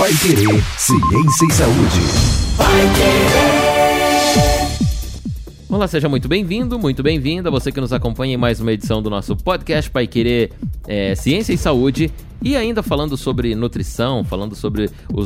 Paiquerê, ciência e saúde. Olá, seja muito bem-vindo, muito bem-vinda, você que nos acompanha em mais uma edição do nosso podcast Paiquerê, Ciência e Saúde. E ainda falando sobre nutrição, falando sobre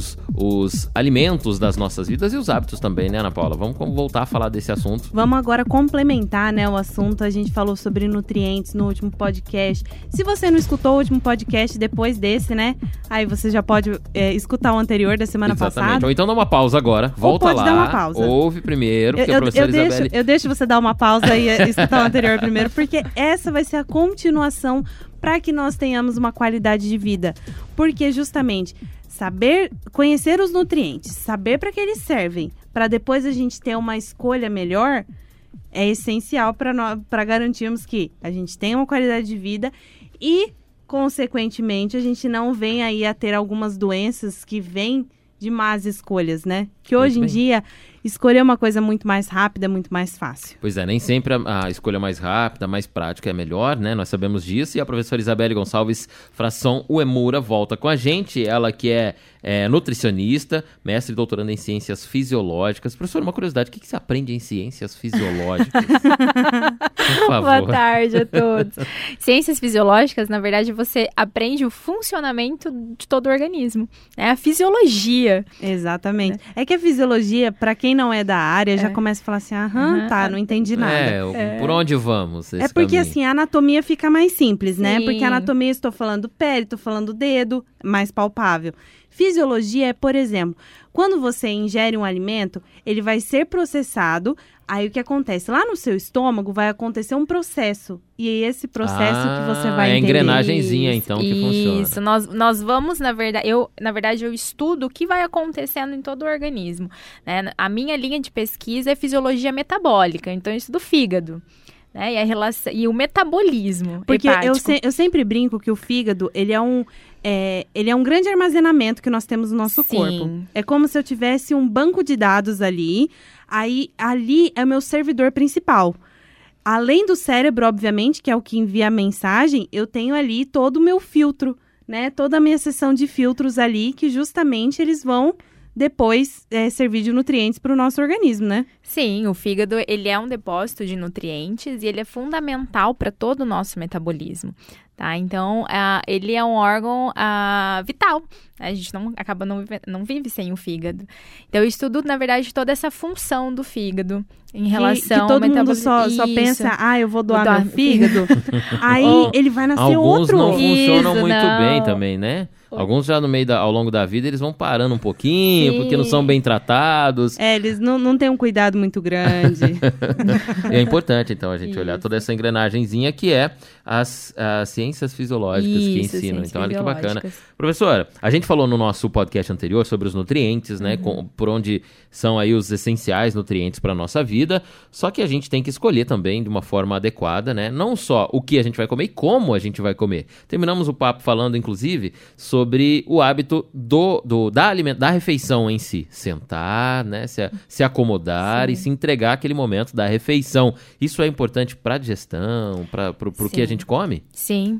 os alimentos das nossas vidas e os hábitos também, né, Ana Paula? Vamos voltar a falar desse assunto. Vamos agora complementar, né, o assunto. A gente falou sobre nutrientes no último podcast. Se você não escutou o último podcast depois desse, né, aí você já pode escutar o anterior da semana passada. Ou então dá uma pausa agora, volta pode lá, dar uma pausa. Ouve primeiro, porque a professora Isabelle... Eu deixo você dar uma pausa e escutar o anterior primeiro, porque essa vai ser a continuação para que nós tenhamos uma qualidade de vida. Porque justamente conhecer os nutrientes, saber para que eles servem, para depois a gente ter uma escolha melhor, é essencial para garantirmos que a gente tenha uma qualidade de vida e, consequentemente, a gente não venha aí a ter algumas doenças que vêm de más escolhas, né? Que hoje em dia, escolher uma coisa muito mais rápida é muito mais fácil. Pois é, nem sempre a escolha mais rápida, mais prática é melhor, né? Nós sabemos disso. E a professora Isabelle Gonçalves Frasson Uemura volta com a gente. Ela que é nutricionista, mestre e doutoranda em ciências fisiológicas. Professora, uma curiosidade, o que se aprende em ciências fisiológicas? Por favor. Boa tarde a todos. Ciências fisiológicas, na verdade, você aprende o funcionamento de todo o organismo. É a fisiologia. Exatamente. É que a fisiologia, para quem não é da área, já começa a falar assim, não entendi nada. Por onde vamos? É porque assim, a anatomia fica mais simples, né? Sim. Porque a anatomia, estou falando pele, estou falando dedo, mais palpável. Fisiologia é, por exemplo, quando você ingere um alimento, ele vai ser processado, aí o que acontece? Lá no seu estômago vai acontecer um processo, e é esse processo que você vai entender. É a engrenagenzinha, então, que funciona. Isso, nós vamos, na verdade, eu estudo o que vai acontecendo em todo o organismo, né? A minha linha de pesquisa é fisiologia metabólica, então eu estudo o fígado. Né? E o metabolismo porque hepático. eu sempre brinco que o fígado, ele é um grande armazenamento que nós temos no nosso corpo. É como se eu tivesse um banco de dados ali, aí ali é o meu servidor principal. Além do cérebro, obviamente, que é o que envia a mensagem, eu tenho ali todo o meu filtro, né? Toda a minha seção de filtros ali, que justamente eles vão depois servir de nutrientes para o nosso organismo, né? Sim, o fígado, ele é um depósito de nutrientes e ele é fundamental para todo o nosso metabolismo, tá? Então, ele é um órgão vital. A gente não vive sem o fígado. Então, eu estudo, na verdade, toda essa função do fígado em relação ao metabolismo. Todo mundo só pensa, eu vou doar meu fígado. Aí, ele vai nascer outro. Alguns não funcionam muito bem também, né? Alguns já ao longo da vida, eles vão parando um pouquinho, porque não são bem tratados. Eles não têm um cuidado muito grande. É importante, então, a gente olhar toda essa engrenagenzinha que é as ciências fisiológicas que ensinam. Então, olha que bacana. Professora, a gente falou no nosso podcast anterior sobre os nutrientes, né? Por onde são aí os essenciais nutrientes para a nossa vida. Só que a gente tem que escolher também de uma forma adequada, né? Não só o que a gente vai comer e como a gente vai comer. Terminamos o papo falando, inclusive, sobre o hábito da refeição em si. Sentar, né? Se acomodar e se entregar aquele momento da refeição. Isso é importante para a digestão, para o que a gente come? Sim.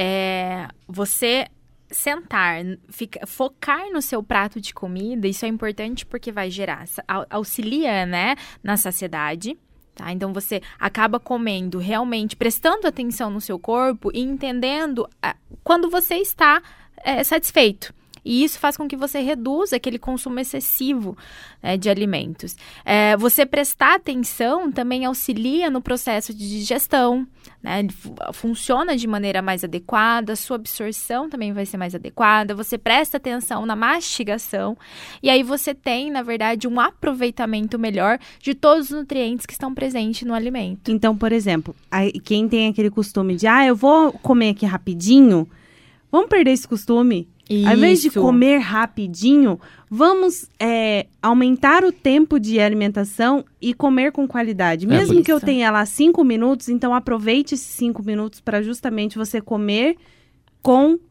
Você sentar, focar no seu prato de comida, isso é importante porque vai gerar, auxilia, né, na saciedade. Tá? Então, você acaba comendo realmente, prestando atenção no seu corpo e entendendo quando você está satisfeito. E isso faz com que você reduza aquele consumo excessivo de alimentos. Você prestar atenção também auxilia no processo de digestão, né? Ele funciona de maneira mais adequada, sua absorção também vai ser mais adequada, você presta atenção na mastigação e aí você tem, na verdade, um aproveitamento melhor de todos os nutrientes que estão presentes no alimento. Então, por exemplo, quem tem aquele costume de, eu vou comer aqui rapidinho, vamos perder esse costume? Isso. Ao invés de comer rapidinho, vamos aumentar o tempo de alimentação e comer com qualidade. Mesmo que eu tenha lá 5 minutos, então aproveite esses 5 minutos para justamente você comer com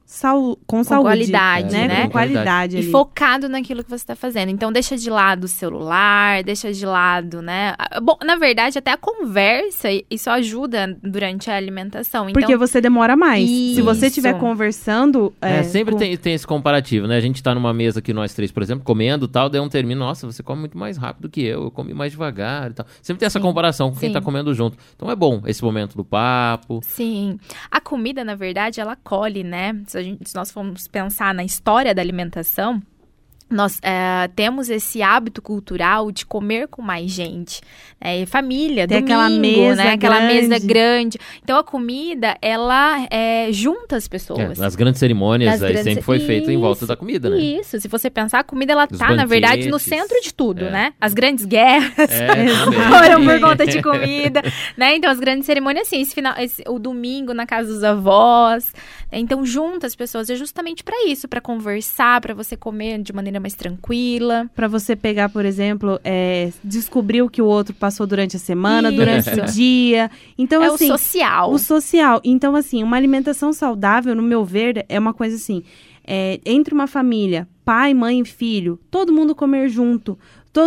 com saúde, qualidade, né? Com qualidade. E focado naquilo que você está fazendo. Então, deixa de lado o celular, deixa de lado, né? Bom, na verdade, até a conversa, isso ajuda durante a alimentação. Então, porque você demora mais. Se você estiver conversando... sempre tem esse comparativo, né? A gente tá numa mesa aqui, nós três, por exemplo, comendo e tal, daí um termina, nossa, você come muito mais rápido que eu comi mais devagar e tal. Sempre tem essa comparação com quem tá comendo junto. Então, é bom esse momento do papo. Sim. A comida, na verdade, ela acolhe, né? Se nós formos pensar na história da alimentação, nós temos esse hábito cultural de comer com mais gente. Família, tem domingo, aquela mesa, né? Aquela mesa grande. Então, a comida, ela junta as pessoas. Nas grandes cerimônias, sempre foi feito em volta da comida, né? Isso. Se você pensar, a comida, ela tá, na verdade, no centro de tudo, né? As grandes guerras foram por conta de comida, né? Então, as grandes cerimônias, assim, o domingo na casa dos avós. Então, junta as pessoas. É justamente para isso, para conversar, para você comer de maneira mais tranquila. Para você pegar, por exemplo, descobrir o que o outro passou durante a semana, durante o dia. Então, assim, o social. O social. Então, assim, uma alimentação saudável, no meu ver, é uma coisa assim, entre uma família, pai, mãe e filho, todo mundo comer junto.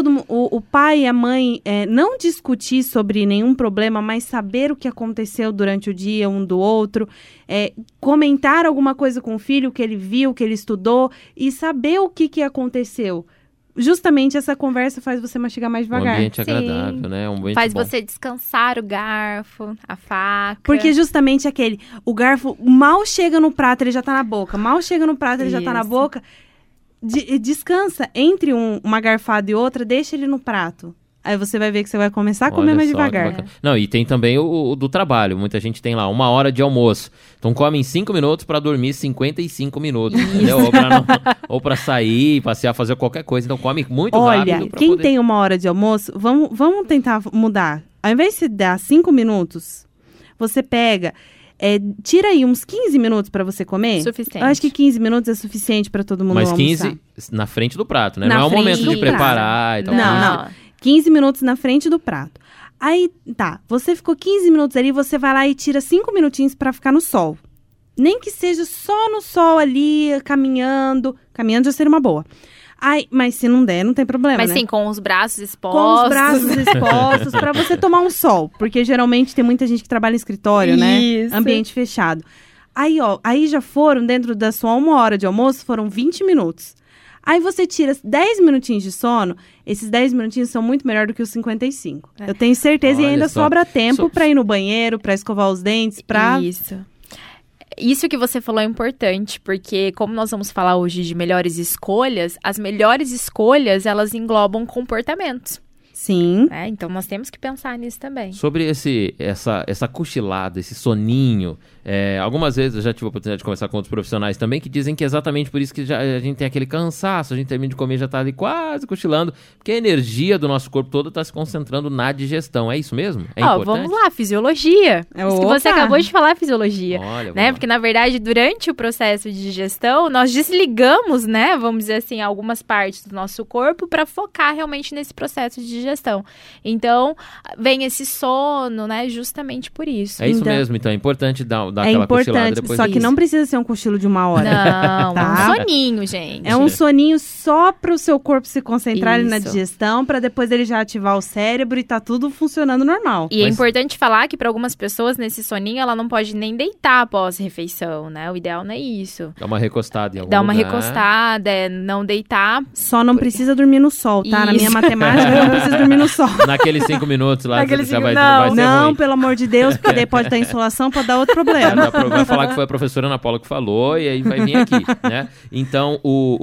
O pai e a mãe não discutir sobre nenhum problema, mas saber o que aconteceu durante o dia um do outro, comentar alguma coisa com o filho, o que ele viu, o que ele estudou, e saber o que aconteceu. Justamente essa conversa faz você mastigar mais devagar. Um ambiente agradável, né? Um ambiente faz bom. você descansar o garfo, a faca. Porque justamente o garfo mal chega no prato, ele já tá na boca. Mal chega no prato, ele já tá na boca. Descansa entre uma garfada e outra, deixa ele no prato. Aí você vai ver que você vai começar a comer mais devagar. Não, e tem também o do trabalho. Muita gente tem lá 1 hora de almoço. Então come em 5 minutos pra dormir 55 minutos. Entendeu? Ou pra sair, passear, fazer qualquer coisa. Então come muito rápido. Olha, quem tem 1 hora de almoço, vamos tentar mudar. Ao invés de dar 5 minutos, você pega... tira aí uns 15 minutos pra você comer. Suficiente. Eu acho que 15 minutos é suficiente pra todo mundo almoçar. Mas 15 na frente do prato, né? Não é o momento de preparar e tal. Não. 15 minutos na frente do prato. Aí, tá, você ficou 15 minutos ali, você vai lá e tira 5 minutinhos pra ficar no sol. Nem que seja só no sol ali, caminhando. Caminhando já seria uma boa. Mas se não der, não tem problema, Mas né? sim, com os braços expostos. Com os braços expostos, pra você tomar um sol. Porque geralmente tem muita gente que trabalha em escritório, né? Ambiente fechado. Aí já foram, dentro da sua 1 hora de almoço, foram 20 minutos. Aí você tira 10 minutinhos de sono, esses 10 minutinhos são muito melhor do que os 55. Eu tenho certeza. Olha e ainda só. sobra tempo pra ir no banheiro, pra escovar os dentes, pra... Isso que você falou é importante, porque como nós vamos falar hoje de melhores escolhas, as melhores escolhas, elas englobam comportamentos. Sim. Então, nós temos que pensar nisso também. Sobre essa cochilada, esse soninho, algumas vezes eu já tive a oportunidade de conversar com outros profissionais também que dizem que é exatamente por isso que a gente tem aquele cansaço, a gente termina de comer e já tá ali quase cochilando, porque a energia do nosso corpo todo tá se concentrando na digestão. É isso mesmo? É importante? Vamos lá, fisiologia. Isso que você acabou de falar, fisiologia. Olha, né? Porque, na verdade, durante o processo de digestão, nós desligamos, né, vamos dizer assim, algumas partes do nosso corpo para focar realmente nesse processo de digestão. Então, vem esse sono, né, justamente por isso. É isso mesmo, então é importante dar aquela cochilada depois. Só que não precisa ser um cochilo de 1 hora. Não, tá? É um soninho, gente. É um soninho só pro seu corpo se concentrar ali na digestão, pra depois ele já ativar o cérebro e tá tudo funcionando normal. E é importante falar que para algumas pessoas, nesse soninho, ela não pode nem deitar após refeição, né? O ideal não é isso. Dá uma recostada em algum lugar. Dá uma recostada, não deitar. Só não precisa dormir no sol, tá? Na minha matemática, não precisa dormir no sol. Naqueles 5 minutos lá, vai ser não, ruim. Pelo amor de Deus, porque daí pode dar insolação, pode dar outro problema. Vai falar que foi a professora Ana Paula que falou e aí vai vir aqui, né? Então,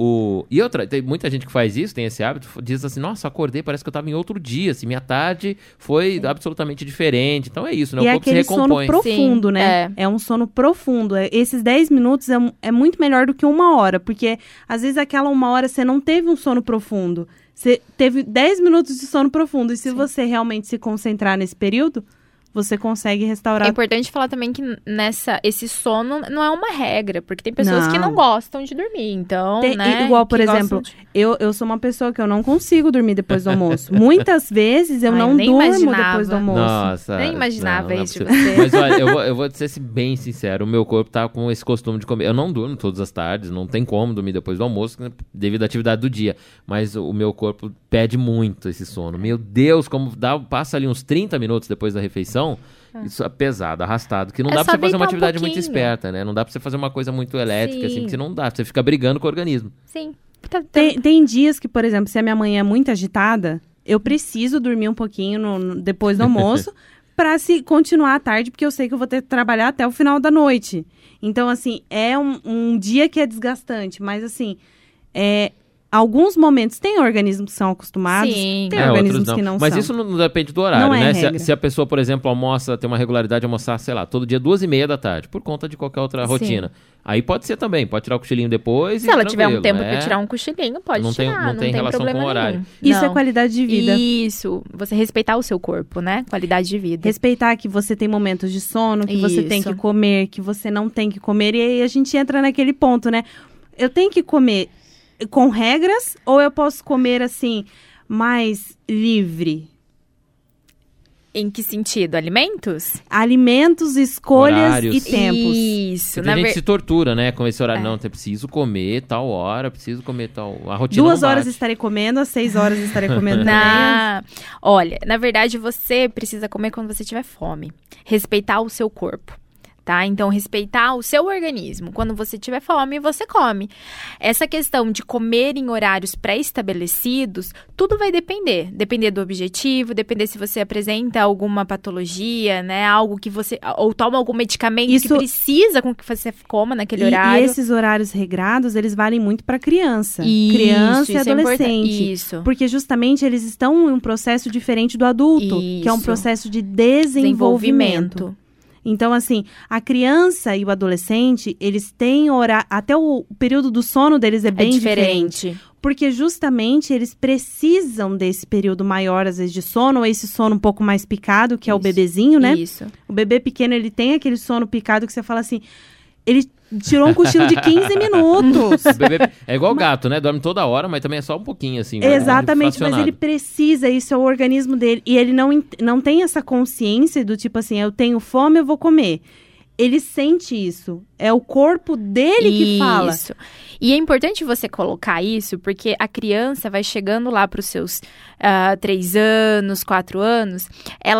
E outra, tem muita gente que faz isso, tem esse hábito, diz assim, nossa, acordei, parece que eu tava em outro dia, assim, minha tarde foi absolutamente diferente. Então é isso, né? E o corpo se recompõe. É aquele sono profundo, né? É um sono profundo. Esses 10 minutos é muito melhor do que 1 hora, porque às vezes aquela 1 hora você não teve um sono profundo. Você teve 10 minutos de sono profundo. E se você realmente se concentrar nesse período, você consegue restaurar. É importante falar também que esse sono não é uma regra, porque tem pessoas que não gostam de dormir, então, igual, por exemplo, eu sou uma pessoa que eu não consigo dormir depois do almoço. Muitas vezes eu não durmo depois do almoço. Nossa, nem imaginava isso de você. Mas olha, eu vou ser bem sincero, o meu corpo tá com esse costume de comer. Eu não durmo todas as tardes, não tem como dormir depois do almoço, devido à atividade do dia. Mas o meu corpo pede muito esse sono. Meu Deus, como passa ali uns 30 minutos depois da refeição, isso é pesado, arrastado, que não dá pra você fazer uma atividade muito esperta, né? Não dá pra você fazer uma coisa muito elétrica, assim, porque não dá, você fica brigando com o organismo. Sim. Tem dias que, por exemplo, se a minha manhã é muito agitada, eu preciso dormir um pouquinho depois do almoço pra continuar à tarde, porque eu sei que eu vou ter que trabalhar até o final da noite. Então, assim, é um dia que é desgastante, mas, assim, alguns momentos tem organismos que são acostumados, tem organismos que não Mas são. isso não depende do horário, né? Se a pessoa, por exemplo, tem uma regularidade de almoçar, sei lá, todo dia 2h30 da tarde, por conta de qualquer outra rotina. Aí pode ser também, pode tirar o cochilinho depois. Se ela tiver um tempo para tirar um cochilinho, pode tirar. Não tem relação com o horário. Isso é qualidade de vida. Isso, você respeitar o seu corpo, né? Qualidade de vida. Respeitar que você tem momentos de sono, que você tem que comer, que você não tem que comer. E aí a gente entra naquele ponto, né? Eu tenho que comer com regras ou eu posso comer assim, mais livre? Em que sentido? Alimentos? Alimentos, escolhas horários. E tempos. Isso. A gente se tortura, né? Com esse horário. Não, eu preciso comer tal hora, preciso comer tal... A rotina 2 horas estarei comendo, às 6 horas estarei comendo também. Olha, na verdade, você precisa comer quando você tiver fome. Respeitar o seu corpo. Tá? Então, respeitar o seu organismo. Quando você tiver fome, você come. Essa questão de comer em horários pré-estabelecidos, tudo vai depender. Depender do objetivo, depender se você apresenta alguma patologia, né? Algo que você... Ou toma algum medicamento que precisa com que você coma naquele horário. E esses horários regrados, eles valem muito para criança. Criança e adolescente. Isso. Porque justamente eles estão em um processo diferente do adulto, que é um processo de desenvolvimento. Então, assim, a criança e o adolescente, eles têm até o período do sono deles é bem diferente. Porque justamente eles precisam desse período maior, às vezes, de sono, ou esse sono um pouco mais picado, que é o bebezinho, né? Isso. O bebê pequeno, ele tem aquele sono picado que você fala assim... Ele tirou um cochilo de 15 minutos. O bebê é igual gato, né? Dorme toda hora, mas também é só um pouquinho, assim. Exatamente, mas ele precisa, isso é o organismo dele. E ele não tem essa consciência do tipo assim, eu tenho fome, eu vou comer. Ele sente isso. É o corpo dele que fala. Isso. E é importante você colocar isso, porque a criança vai chegando lá para os seus 3 anos, 4 anos.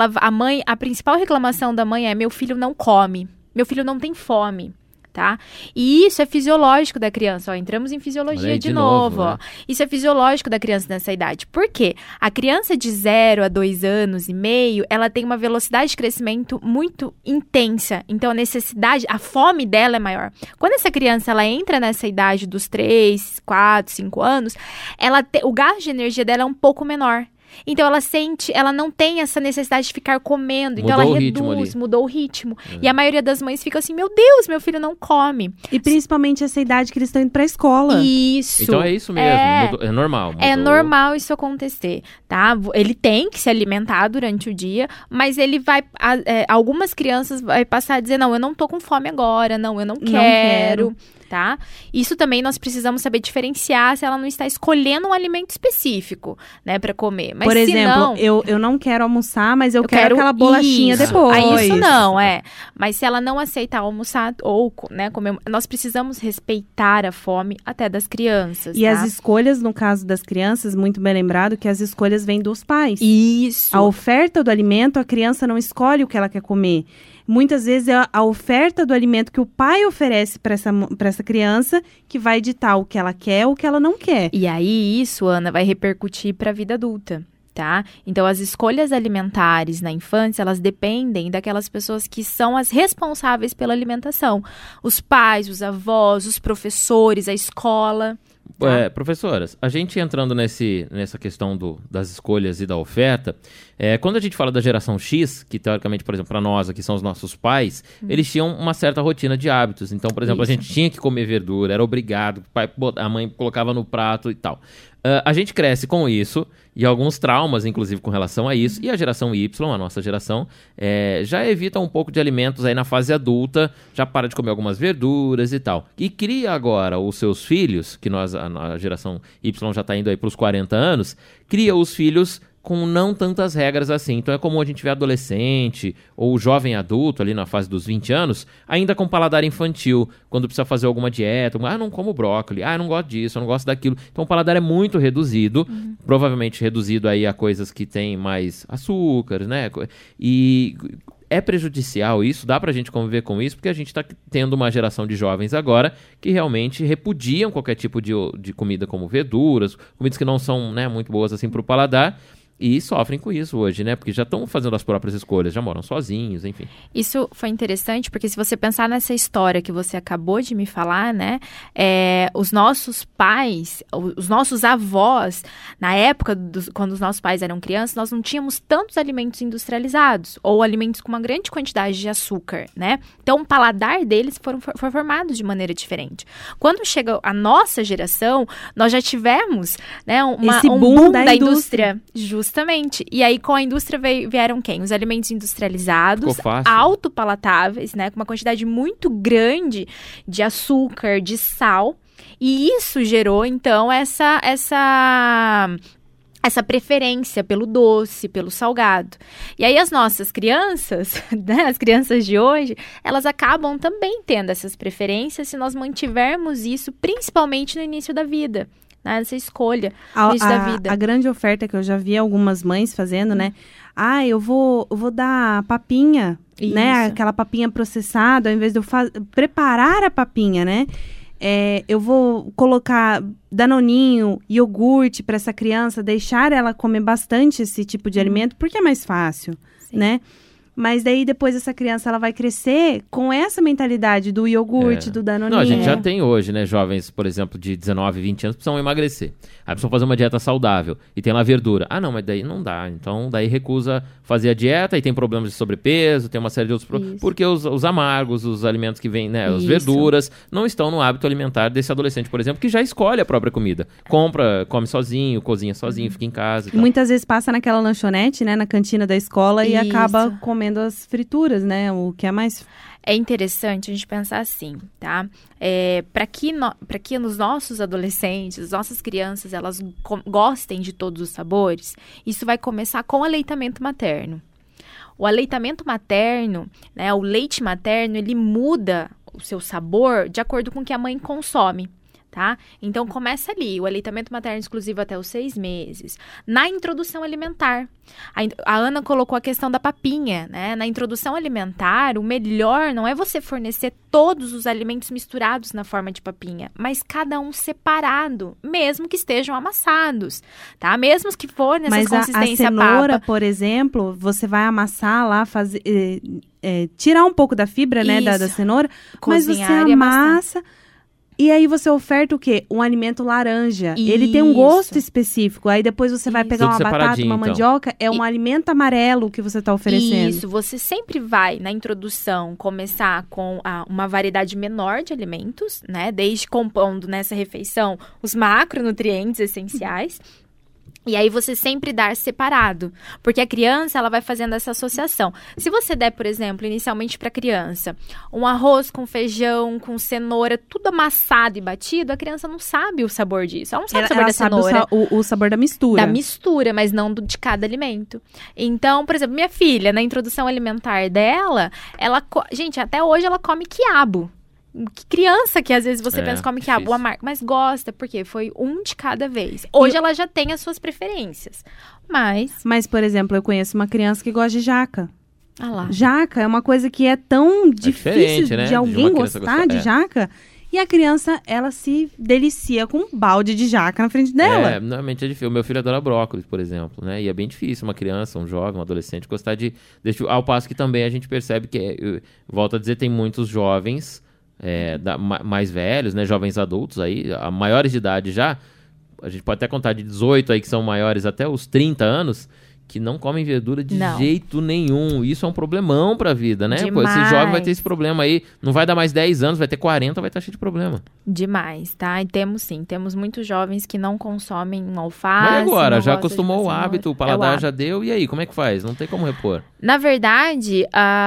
A principal reclamação da mãe é: meu filho não come, meu filho não tem fome. Tá? E isso é fisiológico da criança. Ó, entramos em fisiologia de novo. Ó. Isso é fisiológico da criança nessa idade. Por quê? A criança de 0 a 2 anos e meio, ela tem uma velocidade de crescimento muito intensa. Então, a fome dela é maior. Quando essa criança ela entra nessa idade dos 3, 4, 5 anos, o gasto de energia dela é um pouco menor. Então, ela não tem essa necessidade de ficar comendo. Então, ela reduz, mudou o ritmo. E a maioria das mães fica assim, meu Deus, meu filho não come. E principalmente essa idade que eles estão indo pra escola. Isso. Então, é isso mesmo. É normal. É normal isso acontecer, tá? Ele tem que se alimentar durante o dia, mas ele vai... algumas crianças vai passar a dizer, não, eu não tô com fome agora, não, eu não quero. Tá? Isso também nós precisamos saber diferenciar se ela não está escolhendo um alimento específico, né, para comer. Mas por exemplo, eu não quero almoçar, mas eu quero aquela bolachinha depois. Isso não, Mas se ela não aceitar almoçar ou, né, comer, nós precisamos respeitar a fome até das crianças. E as escolhas, no caso das crianças, muito bem lembrado que as escolhas vêm dos pais. Isso. A oferta do alimento, a criança não escolhe o que ela quer comer. Muitas vezes é a oferta do alimento que o pai oferece para essa criança que vai ditar o que ela quer ou o que ela não quer. E aí isso, Ana, vai repercutir para a vida adulta, tá? Então, as escolhas alimentares na infância, elas dependem daquelas pessoas que são as responsáveis pela alimentação. Os pais, os avós, os professores, a escola... Tá. Professoras, a gente entrando nessa questão das escolhas e da oferta, quando a gente fala da geração X, que teoricamente, por exemplo, para nós aqui são os nossos pais, eles tinham uma certa rotina de hábitos. Então, por exemplo, a gente tinha que comer verdura, era obrigado, a mãe colocava no prato e tal. A gente cresce com isso, e alguns traumas, inclusive, com relação a isso. E a geração Y, a nossa geração, já evita um pouco de alimentos aí na fase adulta, já para de comer algumas verduras e tal. E cria agora os seus filhos, que a geração Y já está indo aí para os 40 anos, cria os filhos com não tantas regras assim. Então é comum a gente ver adolescente ou jovem adulto ali na fase dos 20 anos, ainda com paladar infantil, quando precisa fazer alguma dieta, não como brócolis, eu não gosto disso, eu não gosto daquilo. Então o paladar é muito reduzido, provavelmente reduzido aí a coisas que tem mais açúcar, né? E é prejudicial isso, dá pra gente conviver com isso, porque a gente tá tendo uma geração de jovens agora que realmente repudiam qualquer tipo de comida como verduras, comidas que não são, né, muito boas assim pro paladar. E sofrem com isso hoje, né? Porque já estão fazendo as próprias escolhas, já moram sozinhos, enfim. Isso foi interessante, porque se você pensar nessa história que você acabou de me falar, né? Os nossos pais, os nossos avós, na época, quando os nossos pais eram crianças, nós não tínhamos tantos alimentos industrializados, ou alimentos com uma grande quantidade de açúcar, né? Então, o paladar deles foi formado de maneira diferente. Quando chega a nossa geração, nós já tivemos, né, um boom da indústria. Justamente. E aí, com a indústria vieram quem? Os alimentos industrializados, autopalatáveis, né? Com uma quantidade muito grande de açúcar, de sal. E isso gerou, então, essa preferência pelo doce, pelo salgado. E aí as nossas crianças, né, as crianças de hoje, elas acabam também tendo essas preferências se nós mantivermos isso, principalmente no início da vida. Essa escolha no início da vida. A grande oferta que eu já vi algumas mães fazendo, né? Eu vou dar papinha, isso, né? Aquela papinha processada, ao invés de eu preparar a papinha, né? Eu vou colocar danoninho, iogurte para essa criança, deixar ela comer bastante esse tipo de alimento, porque é mais fácil, né? Mas daí depois essa criança ela vai crescer com essa mentalidade do iogurte, do danoninho. Não, a gente já tem hoje, né, jovens, por exemplo, de 19, 20 anos, precisam emagrecer. Aí precisam fazer uma dieta saudável e tem lá verdura. Não, mas daí não dá. Então, daí recusa fazer a dieta e tem problemas de sobrepeso, tem uma série de outros problemas. Porque os amargos, os alimentos que vêm, né, as verduras, não estão no hábito alimentar desse adolescente, por exemplo, que já escolhe a própria comida. Compra, come sozinho, cozinha sozinho, fica em casa e tal. Muitas vezes passa naquela lanchonete, né, na cantina da escola e acaba comendo as frituras, né? O que é mais... É interessante a gente pensar assim, tá? Para que os nossos adolescentes, as nossas crianças, elas gostem de todos os sabores, isso vai começar com o aleitamento materno. O aleitamento materno, né, o leite materno, ele muda o seu sabor de acordo com o que a mãe consome. Tá? Então, começa ali, o aleitamento materno exclusivo até os 6 meses. Na introdução alimentar, a Ana colocou a questão da papinha, né? Na introdução alimentar, o melhor não é você fornecer todos os alimentos misturados na forma de papinha, mas cada um separado, mesmo que estejam amassados, tá? Mesmo que for nessa consistência papa. Mas a cenoura, por exemplo, você vai amassar lá, tirar um pouco da fibra, né, da cenoura, mas você amassa... E aí você oferta o quê? Um alimento laranja. Isso. Ele tem um gosto específico. Aí depois você vai pegar uma batata, uma mandioca. É um alimento amarelo que você está oferecendo. Isso. Você sempre vai, na introdução, começar com uma variedade menor de alimentos, né? Desde compondo nessa refeição os macronutrientes essenciais. E aí você sempre dar separado, porque a criança ela vai fazendo essa associação. Se você der, por exemplo, inicialmente para a criança, um arroz com feijão, com cenoura, tudo amassado e batido, a criança não sabe o sabor disso. Ela não sabe o sabor da cenoura. O sabor da mistura. Da mistura, mas não de cada alimento. Então, por exemplo, minha filha, na introdução alimentar dela, gente, até hoje ela come quiabo. Que criança que às vezes você pensa come quiabo amargo, mas gosta, porque foi um de cada vez. Hoje ela já tem as suas preferências, mas, por exemplo, eu conheço uma criança que gosta de jaca. Lá. Jaca é uma coisa que é tão difícil, né, de alguém gostar de jaca. E a criança, ela se delicia com um balde de jaca na frente dela. Normalmente é difícil. O meu filho adora brócolis, por exemplo, né? E é bem difícil uma criança, um jovem, um adolescente gostar de... Ao passo que também a gente percebe que, volto a dizer, tem muitos jovens... mais velhos, né, jovens adultos aí, maiores de idade já, a gente pode até contar de 18 aí que são maiores até os 30 anos, que não comem verdura de jeito nenhum. Isso é um problemão pra vida, né? Pô, esse jovem vai ter esse problema aí, não vai dar mais 10 anos, vai ter 40, vai estar cheio de problema. Demais, tá? E temos muitos jovens que não consomem alface. Mas agora, já acostumou o hábito, o paladar já deu, e aí, como é que faz? Não tem como repor. Na verdade,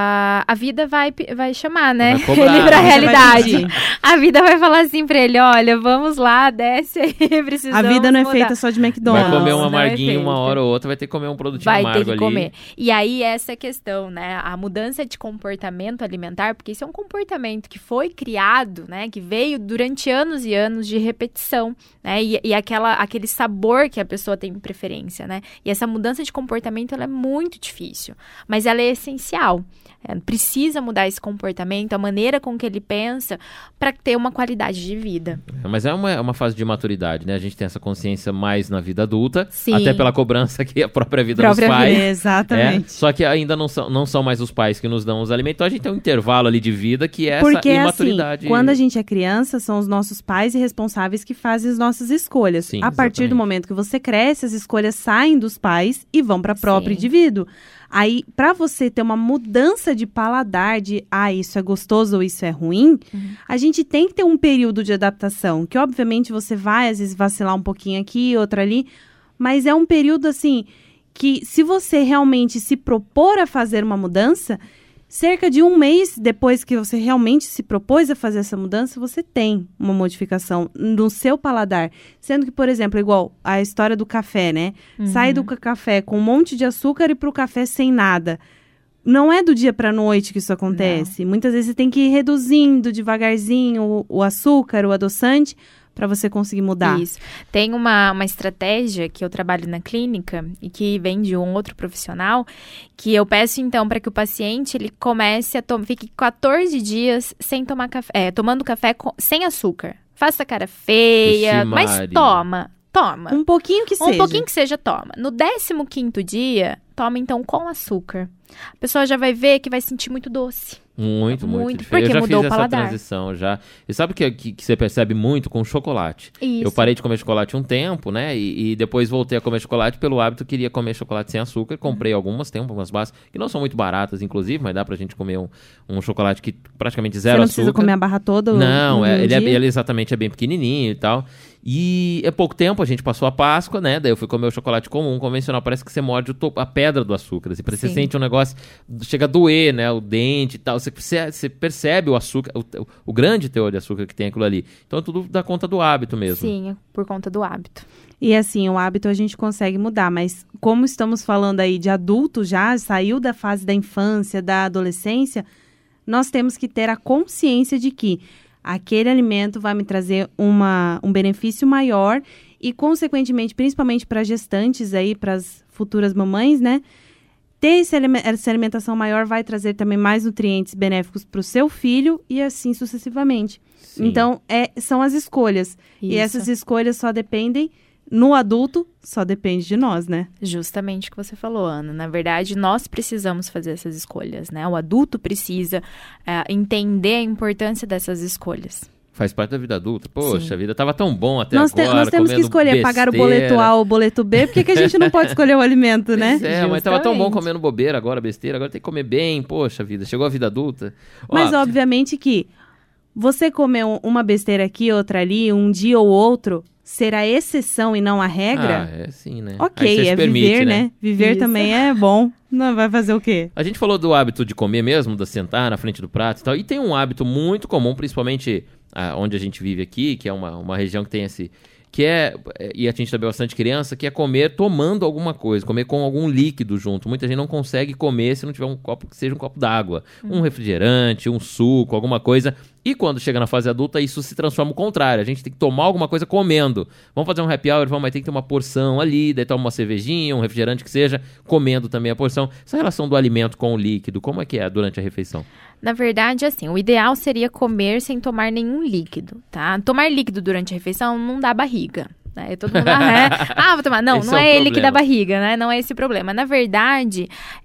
a vida vai chamar, né? Vai cobrar, ele pra realidade. A vida vai falar assim pra ele, olha, vamos lá, desce aí, precisamos A vida não é mudar. feita só de McDonald's. Vai comer um amarguinho uma hora ou outra, vai ter que comer um produtinho vai amargo ter que ali. comer. E aí, essa é a questão, né? A mudança de comportamento alimentar, porque isso é um comportamento que foi criado, né? Que veio durante anos e anos de repetição, né? E aquele sabor que a pessoa tem preferência, né? E essa mudança de comportamento, ela é muito difícil, mas ela é essencial. Precisa mudar esse comportamento, a maneira com que ele pensa, para ter uma qualidade de vida. Mas é uma fase de maturidade, né? A gente tem essa consciência mais na vida adulta, Sim. até pela cobrança que a própria vida nos faz. Exatamente. Só que ainda não são mais os pais que nos dão os alimentos, então a gente tem um intervalo ali de vida que é porque, essa imaturidade. Assim, quando a gente é criança, são os nossos pais e responsáveis que fazem as nossas escolhas. Sim, a partir do momento que você cresce, as escolhas saem dos pais e vão para o próprio indivíduo. Aí, para você ter uma mudança de paladar, de isso é gostoso ou isso é ruim, a gente tem que ter um período de adaptação, que obviamente você vai, às vezes, vacilar um pouquinho aqui, outro ali, mas é um período, assim, que se você realmente se propor a fazer uma mudança, cerca de um mês depois que você realmente se propôs a fazer essa mudança, você tem uma modificação no seu paladar. Sendo que, por exemplo, igual a história do café, né? Sai do café com um monte de açúcar e pro café sem nada. Não é do dia pra noite que isso acontece. Não. Muitas vezes você tem que ir reduzindo devagarzinho o açúcar, o adoçante, para você conseguir mudar. Isso. Tem uma estratégia que eu trabalho na clínica e que vem de um outro profissional, que eu peço, então, para que o paciente ele comece fique 14 dias sem tomar café, tomando café sem açúcar. Faça cara feia, mas toma. Um pouquinho que seja. Um pouquinho que seja, toma. No 15º dia, toma, então, com açúcar. A pessoa já vai ver que vai sentir muito doce. Muito porque eu já mudou fiz o paladar. essa transição já. E sabe que você percebe muito com chocolate? Isso. Eu parei de comer chocolate um tempo, né? E depois voltei a comer chocolate pelo hábito, queria comer chocolate sem açúcar. Comprei tem algumas barras que não são muito baratas, inclusive, mas dá pra gente comer um chocolate que praticamente zero açúcar. Você não precisa comer a barra toda? Não, ele exatamente é bem pequenininho e tal. E há pouco tempo a gente passou a Páscoa, né? Daí eu fui comer o chocolate comum, convencional. Parece que você morde a pedra do açúcar. Assim, parece que você sente um negócio, chega a doer, né? O dente e tal. Você percebe o açúcar, o grande teor de açúcar que tem aquilo ali. Então tudo dá conta do hábito mesmo. Sim, por conta do hábito. E assim, o hábito a gente consegue mudar, mas como estamos falando aí de adulto já, saiu da fase da infância, da adolescência, nós temos que ter a consciência de que aquele alimento vai me trazer um benefício maior e, consequentemente, principalmente para gestantes aí, para as futuras mamães, né? Ter essa alimentação maior vai trazer também mais nutrientes benéficos para o seu filho e assim sucessivamente. Sim. Então, são as escolhas. Isso. E essas escolhas só dependem, no adulto, só depende de nós, né? Justamente o que você falou, Ana. Na verdade, nós precisamos fazer essas escolhas, né? O adulto precisa entender a importância dessas escolhas. Faz parte da vida adulta. Poxa, a vida tava tão bom até agora. Nós temos que escolher besteira. Pagar o boleto A ou o boleto B. Por que a gente não pode escolher o alimento, né? Mas tava tão bom comendo bobeira, agora besteira. Agora tem que comer bem. Poxa vida, chegou a vida adulta. Mas obviamente que você comer uma besteira aqui, outra ali, um dia ou outro, ser a exceção e não a regra? É sim, né? Ok, é permite, viver, né? Viver também é bom. Não vai fazer o quê? A gente falou do hábito de comer mesmo, de sentar na frente do prato e tal. E tem um hábito muito comum, principalmente onde a gente vive aqui, que é uma região que tem esse... e a gente também é bastante criança, que é comer tomando alguma coisa, comer com algum líquido junto. Muita gente não consegue comer se não tiver um copo que seja um copo d'água, um refrigerante, um suco, alguma coisa. E quando chega na fase adulta, isso se transforma ao contrário. A gente tem que tomar alguma coisa comendo. Vamos fazer um happy hour, mas tem que ter uma porção ali, daí toma uma cervejinha, um refrigerante que seja, comendo também a porção. Essa relação do alimento com o líquido, como é que é durante a refeição? Na verdade, assim, o ideal seria comer sem tomar nenhum líquido, tá? Tomar líquido durante a refeição não dá barriga. Né? Todo mundo vou tomar. Não, não é ele que dá barriga, né? Não é esse o problema. Na verdade,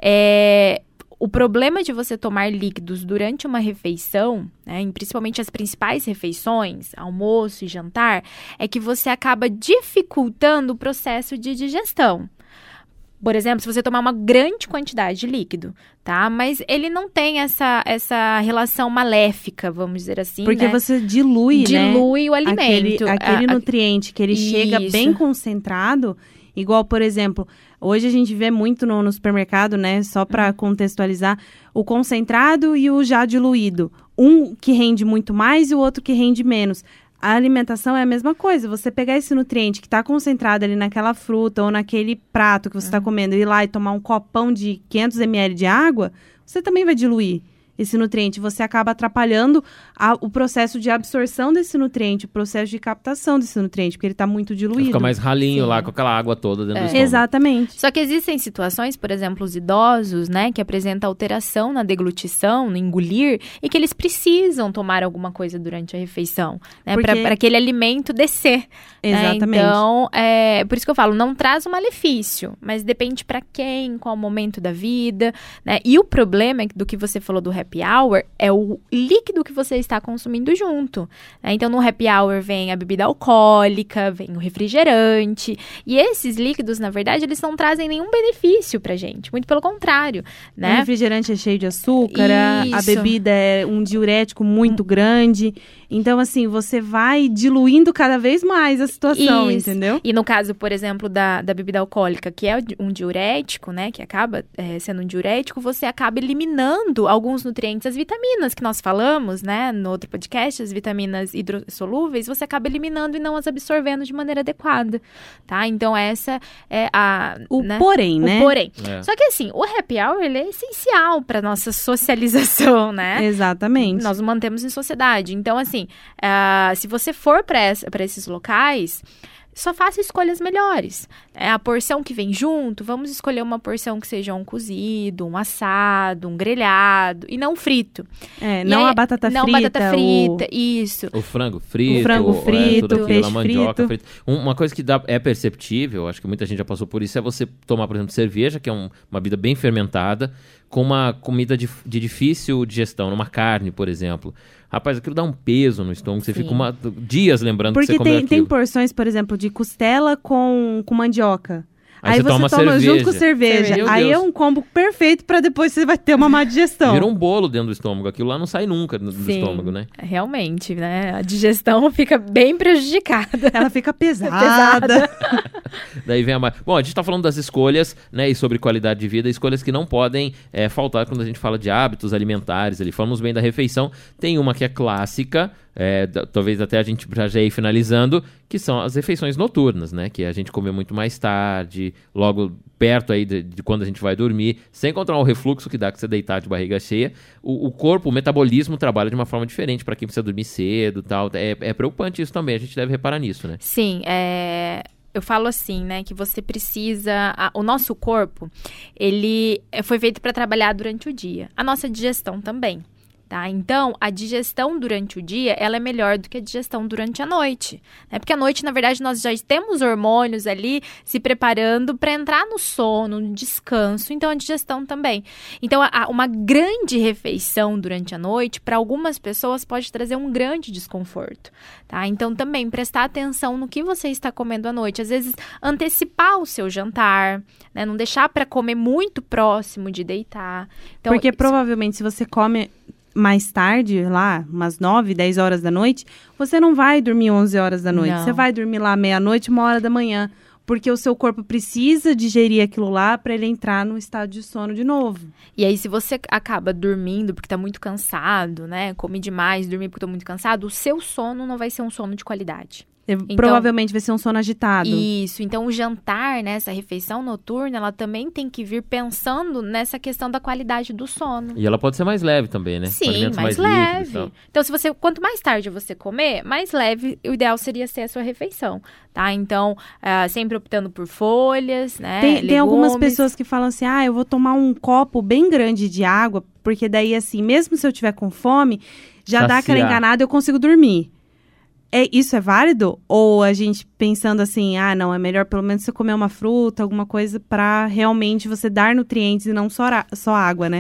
o problema de você tomar líquidos durante uma refeição, né, principalmente as principais refeições, almoço e jantar, é que você acaba dificultando o processo de digestão. Por exemplo, se você tomar uma grande quantidade de líquido, tá? Mas ele não tem essa relação maléfica, vamos dizer assim, porque né? você dilui, né? Dilui o alimento. Aquele nutriente que ele chega bem concentrado, igual, por exemplo, hoje a gente vê muito no supermercado, né? Só para contextualizar, o concentrado e o já diluído. Um que rende muito mais e o outro que rende menos. A alimentação é a mesma coisa. Você pegar esse nutriente que está concentrado ali naquela fruta ou naquele prato que você está comendo e ir lá e tomar um copão de 500 ml de água, você também vai diluir esse nutriente. Você acaba atrapalhando o processo de absorção desse nutriente, o processo de captação desse nutriente, porque ele está muito diluído. Fica mais ralinho lá com aquela água toda dentro do estômago. Exatamente. Só que existem situações, por exemplo, os idosos, né, que apresentam alteração na deglutição, no engolir, e que eles precisam tomar alguma coisa durante a refeição, né, para aquele alimento descer. Exatamente. Né? Então, por isso que eu falo, não traz um malefício, mas depende para quem, qual o momento da vida, né? E o problema do que você falou do happy hour é o líquido que você está consumindo junto, né? Então, no happy hour vem a bebida alcoólica, vem o refrigerante, e esses líquidos, na verdade, eles não trazem nenhum benefício pra gente, muito pelo contrário, né? O refrigerante é cheio de açúcar, a bebida é um diurético muito grande, então, assim, você vai diluindo cada vez mais a situação, entendeu? E no caso, por exemplo, da bebida alcoólica, que é um diurético, né, que acaba sendo um diurético, você acaba eliminando alguns nutrientes, as vitaminas que nós falamos, né, no outro podcast, as vitaminas hidrossolúveis, você acaba eliminando e não as absorvendo de maneira adequada, tá? Então, essa é porém, né? O porém. Só que, assim, o happy hour, ele é essencial para nossa socialização, né? Exatamente. Nós nos mantemos em sociedade. Então, assim, se você for para esses locais, só faça escolhas melhores. A porção que vem junto, vamos escolher uma porção que seja um cozido, um assado, um grelhado, e não frito. Não a batata frita. Não batata frita, isso. O frango frito. O frango frito, o peixe mandioca frito. Uma coisa que é perceptível, acho que muita gente já passou por isso, é você tomar, por exemplo, cerveja, que é uma bebida bem fermentada, com uma comida de difícil digestão, numa carne, por exemplo. Rapaz, aquilo dá um peso no estômago, você fica dias lembrando que você comeu aquilo. Porque tem porções, por exemplo, de costela com mandioca. Aí você toma cerveja. Junto com cerveja. Aí é um combo perfeito pra depois você vai ter uma má digestão. Vira um bolo dentro do estômago. Aquilo lá não sai nunca do estômago, né? Realmente, né? A digestão fica bem prejudicada. Ela fica pesada. Daí vem a mais. Bom, a gente tá falando das escolhas, né? E sobre qualidade de vida. Escolhas que não podem faltar quando a gente fala de hábitos alimentares. Ali falamos bem da refeição. Tem uma que é clássica. Talvez até a gente já ir finalizando, que são as refeições noturnas, né? Que a gente come muito mais tarde, logo perto aí de quando a gente vai dormir, sem controlar o refluxo que dá que você deitar de barriga cheia. O corpo, o metabolismo trabalha de uma forma diferente para quem precisa dormir cedo e tal. É preocupante isso também, a gente deve reparar nisso, né? Sim, eu falo assim, né, que você precisa... O nosso corpo, ele foi feito para trabalhar durante o dia. A nossa digestão também. Tá? Então, a digestão durante o dia, ela é melhor do que a digestão durante a noite. Né? Porque à noite, na verdade, nós já temos hormônios ali se preparando para entrar no sono, no descanso. Então, a digestão também. Então, uma grande refeição durante a noite, para algumas pessoas, pode trazer um grande desconforto. Tá? Então, também, prestar atenção no que você está comendo à noite. Às vezes, antecipar o seu jantar, né? Não deixar para comer muito próximo de deitar. Então, porque provavelmente, se você come mais tarde, lá, umas 9, 10 horas da noite, você não vai dormir 11 horas da noite. Não. Você vai dormir lá meia-noite, 1h da manhã. Porque o seu corpo precisa digerir aquilo lá para ele entrar no estado de sono de novo. E aí, se você acaba dormindo porque tá muito cansado, né? Come demais, dormir porque tô muito cansado, o seu sono não vai ser um sono de qualidade. Então, provavelmente vai ser um sono agitado. Isso. Então, o jantar, né, essa refeição noturna, ela também tem que vir pensando nessa questão da qualidade do sono. E ela pode ser mais leve também, né? Sim, mais leve. Então, quanto mais tarde você comer, mais leve, o ideal seria ser a sua refeição, tá? Então, sempre optando por folhas, né, Tem algumas pessoas que falam assim, eu vou tomar um copo bem grande de água, porque daí, assim, mesmo se eu tiver com fome, já dá aquela enganada e eu consigo dormir. Isso é válido? Ou a gente pensando assim, não, é melhor pelo menos você comer uma fruta, alguma coisa para realmente você dar nutrientes e não só água, né?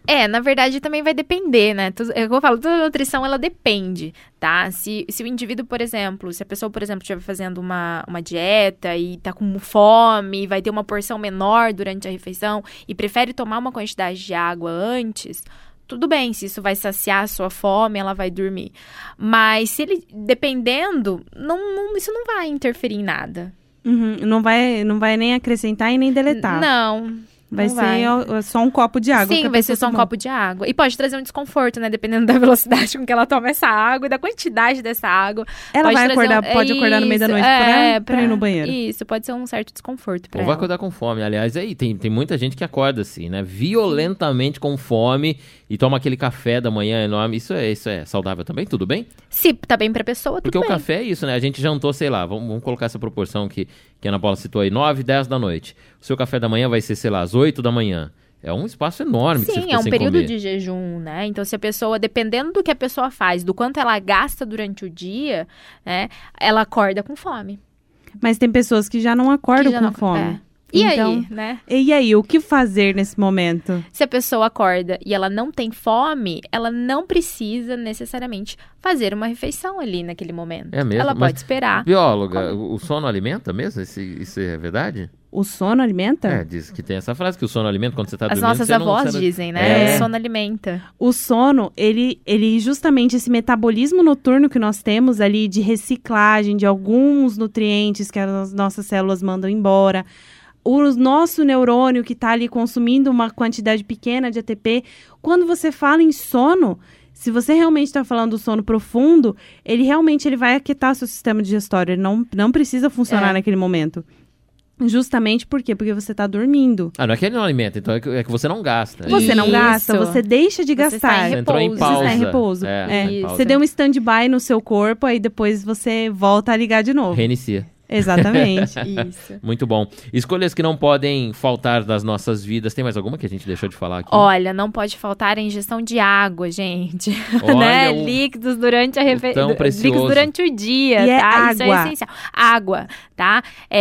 Na verdade também vai depender, né? É o que eu falo, toda nutrição ela depende, tá? Se o indivíduo, por exemplo, se a pessoa, por exemplo, estiver fazendo uma dieta e tá com fome, vai ter uma porção menor durante a refeição e prefere tomar uma quantidade de água antes, tudo bem, se isso vai saciar a sua fome, ela vai dormir. Mas se ele, dependendo, isso não vai interferir em nada. Uhum, não vai nem acrescentar e nem deletar. Não. Vai ser só um copo de água. Sim, vai ser só um copo de água. E pode trazer um desconforto, né? Dependendo da velocidade com que ela toma essa água e da quantidade dessa água. Ela pode acordar no meio da noite pra ir no banheiro. Isso, pode ser um certo desconforto pra ela. Ou vai acordar com fome. Aliás, aí tem muita gente que acorda assim, né? Violentamente com fome e toma aquele café da manhã enorme. Isso é saudável também? Tudo bem? Se tá bem pra pessoa, tudo bem. Porque o café é isso, né? A gente jantou, sei lá, vamos colocar essa proporção que a Ana Paula citou aí, 9, 10 da noite. O seu café da manhã vai ser, sei lá, às 8 da manhã. É um espaço enorme que você fica sem comer. Sim, é um período de jejum, né? Então, se a pessoa, dependendo do que a pessoa faz, do quanto ela gasta durante o dia, né? Ela acorda com fome. Mas tem pessoas que já não acordam com fome. E aí, né? E aí, o que fazer nesse momento? Se a pessoa acorda e ela não tem fome, ela não precisa necessariamente fazer uma refeição ali naquele momento. É mesmo? Ela pode esperar. Bióloga, o sono alimenta mesmo? Isso é verdade? O sono alimenta? Diz que tem essa frase que o sono alimenta quando você tá dormindo. As nossas avós dizem, né? O sono alimenta. O sono, ele justamente esse metabolismo noturno que nós temos ali de reciclagem de alguns nutrientes que as nossas células mandam embora, o nosso neurônio que está ali consumindo uma quantidade pequena de ATP, quando você fala em sono, se você realmente está falando do sono profundo, ele vai aquietar seu sistema digestório, ele não precisa funcionar naquele momento. Justamente por quê? Porque você está dormindo. Não é que ele não alimenta, então é que você não gasta. Você não gasta, você deixa de gastar. Você entrou em pausa. Você está em repouso. Você deu um stand-by no seu corpo, aí depois você volta a ligar de novo. Reinicia. Exatamente. Isso. Muito bom. Escolhas que não podem faltar das nossas vidas. Tem mais alguma que a gente deixou de falar aqui? Olha, não pode faltar a ingestão de água, gente. Olha, né? Líquidos durante a refeição. Líquidos durante o dia, e tá? água. Isso é essencial. Água, tá?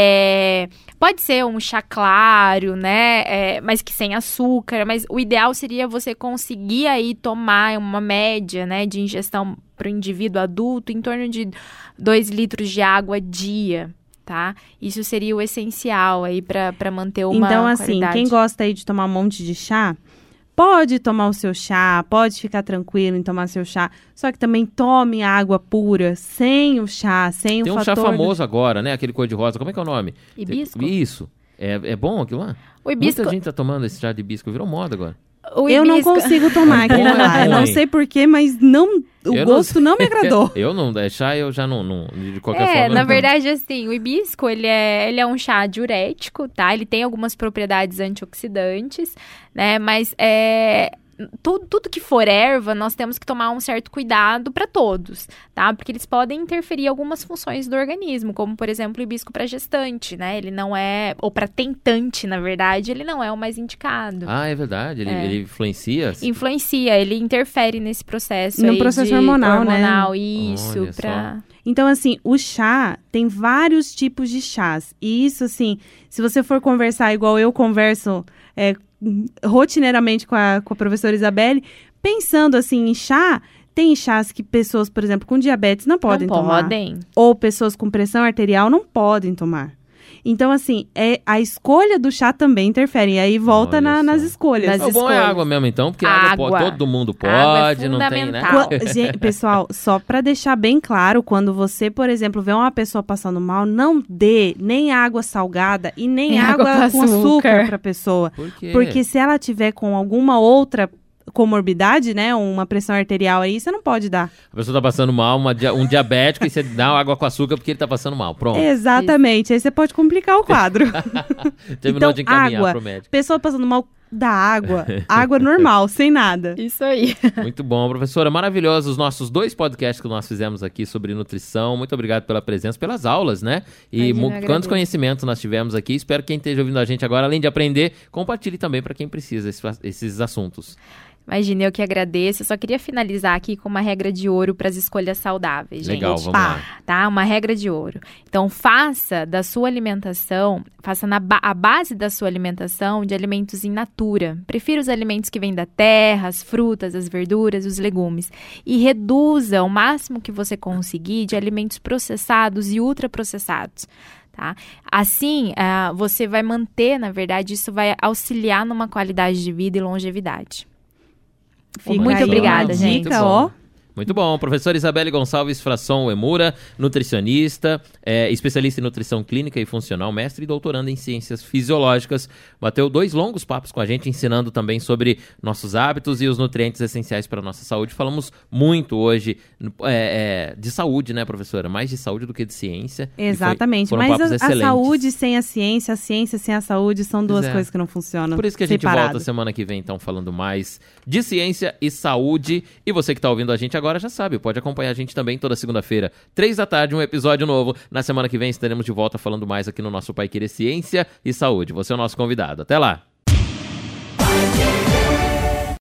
Pode ser um chá claro, né? Mas que sem açúcar. Mas o ideal seria você conseguir aí tomar uma média, né, de ingestão para o indivíduo adulto em torno de 2 litros de água dia, tá? Isso seria o essencial aí para manter uma Então, assim, qualidade. Quem gosta aí de tomar um monte de chá, pode tomar o seu chá, pode ficar tranquilo em tomar seu chá, só que também tome água pura, sem o chá, sem o fator... Tem um chá famoso agora, né? Aquele cor-de-rosa, como é que é o nome? Hibisco? Isso. É bom aquilo lá? O hibisco... Muita gente tá tomando esse chá de hibisco, virou moda agora. Eu não consigo tomar aquilo lá. Eu não sei porquê, mas o gosto não me agradou. Eu não, chá eu já não de qualquer forma. Na verdade, assim, o hibisco, ele é um chá diurético, tá? Ele tem algumas propriedades antioxidantes, né? Mas tudo que for erva, nós temos que tomar um certo cuidado para todos, tá? Porque eles podem interferir em algumas funções do organismo, como, por exemplo, o hibisco para gestante, né? Ele não é, ou para tentante, na verdade, ele não é o mais indicado. É verdade? Ele influencia? Influencia, ele interfere nesse processo. No processo hormonal, né? Isso, Então, assim, o chá tem vários tipos de chás. E isso, assim, se você for conversar igual eu converso rotineiramente com a professora Isabelle, pensando assim em chá, tem chás que pessoas, por exemplo, com diabetes não podem tomar. Ou pessoas com pressão arterial não podem tomar. Então, assim, a escolha do chá também interfere. E aí volta nas escolhas. O bom é água mesmo, então, porque água todo mundo pode, não tem, né? Gente, pessoal, só pra deixar bem claro, quando você, por exemplo, vê uma pessoa passando mal, não dê nem água salgada e nem água com açúcar pra pessoa. Por quê? Porque se ela tiver com alguma outra comorbidade, né, uma pressão arterial aí, você não pode dar. A pessoa tá passando mal, um diabético, e você dá água com açúcar porque ele tá passando mal. Pronto. Exatamente. Aí você pode complicar o quadro. Terminou de encaminhar pro médico. Pessoa passando mal, dá água normal, sem nada. Isso aí. Muito bom, professora. Maravilhoso os nossos 2 podcasts que nós fizemos aqui sobre nutrição. Muito obrigado pela presença, pelas aulas, né? E quantos conhecimentos nós tivemos aqui. Espero que quem esteja ouvindo a gente agora, além de aprender, compartilhe também para quem precisa esses assuntos. Imagina, eu que agradeço. Eu só queria finalizar aqui com uma regra de ouro para as escolhas saudáveis, gente. Legal, vamos lá. Tá? Uma regra de ouro. Então, faça da sua alimentação, a base da sua alimentação de alimentos in natura. Prefira os alimentos que vêm da terra, as frutas, as verduras, os legumes. E reduza o máximo que você conseguir de alimentos processados e ultraprocessados. Tá? Assim, você vai manter, na verdade, isso vai auxiliar numa qualidade de vida e longevidade. Muito obrigada, gente. Muito bom. Professora Isabelle Gonçalves Frasson Uemura, nutricionista, especialista em nutrição clínica e funcional, mestre e doutoranda em ciências fisiológicas. Bateu 2 longos papos com a gente, ensinando também sobre nossos hábitos e os nutrientes essenciais para a nossa saúde. Falamos muito hoje de saúde, né, professora? Mais de saúde do que de ciência. Exatamente. Mas a saúde sem a ciência sem a saúde são duas coisas que não funcionam. Por isso que a gente volta semana que vem, então, falando mais de ciência e saúde. E você que está ouvindo a gente agora já sabe, pode acompanhar a gente também toda segunda-feira, 3 da tarde, um episódio novo. Na semana que vem estaremos de volta falando mais aqui no nosso Pai Querer Ciência e Saúde. Você é o nosso convidado. Até lá!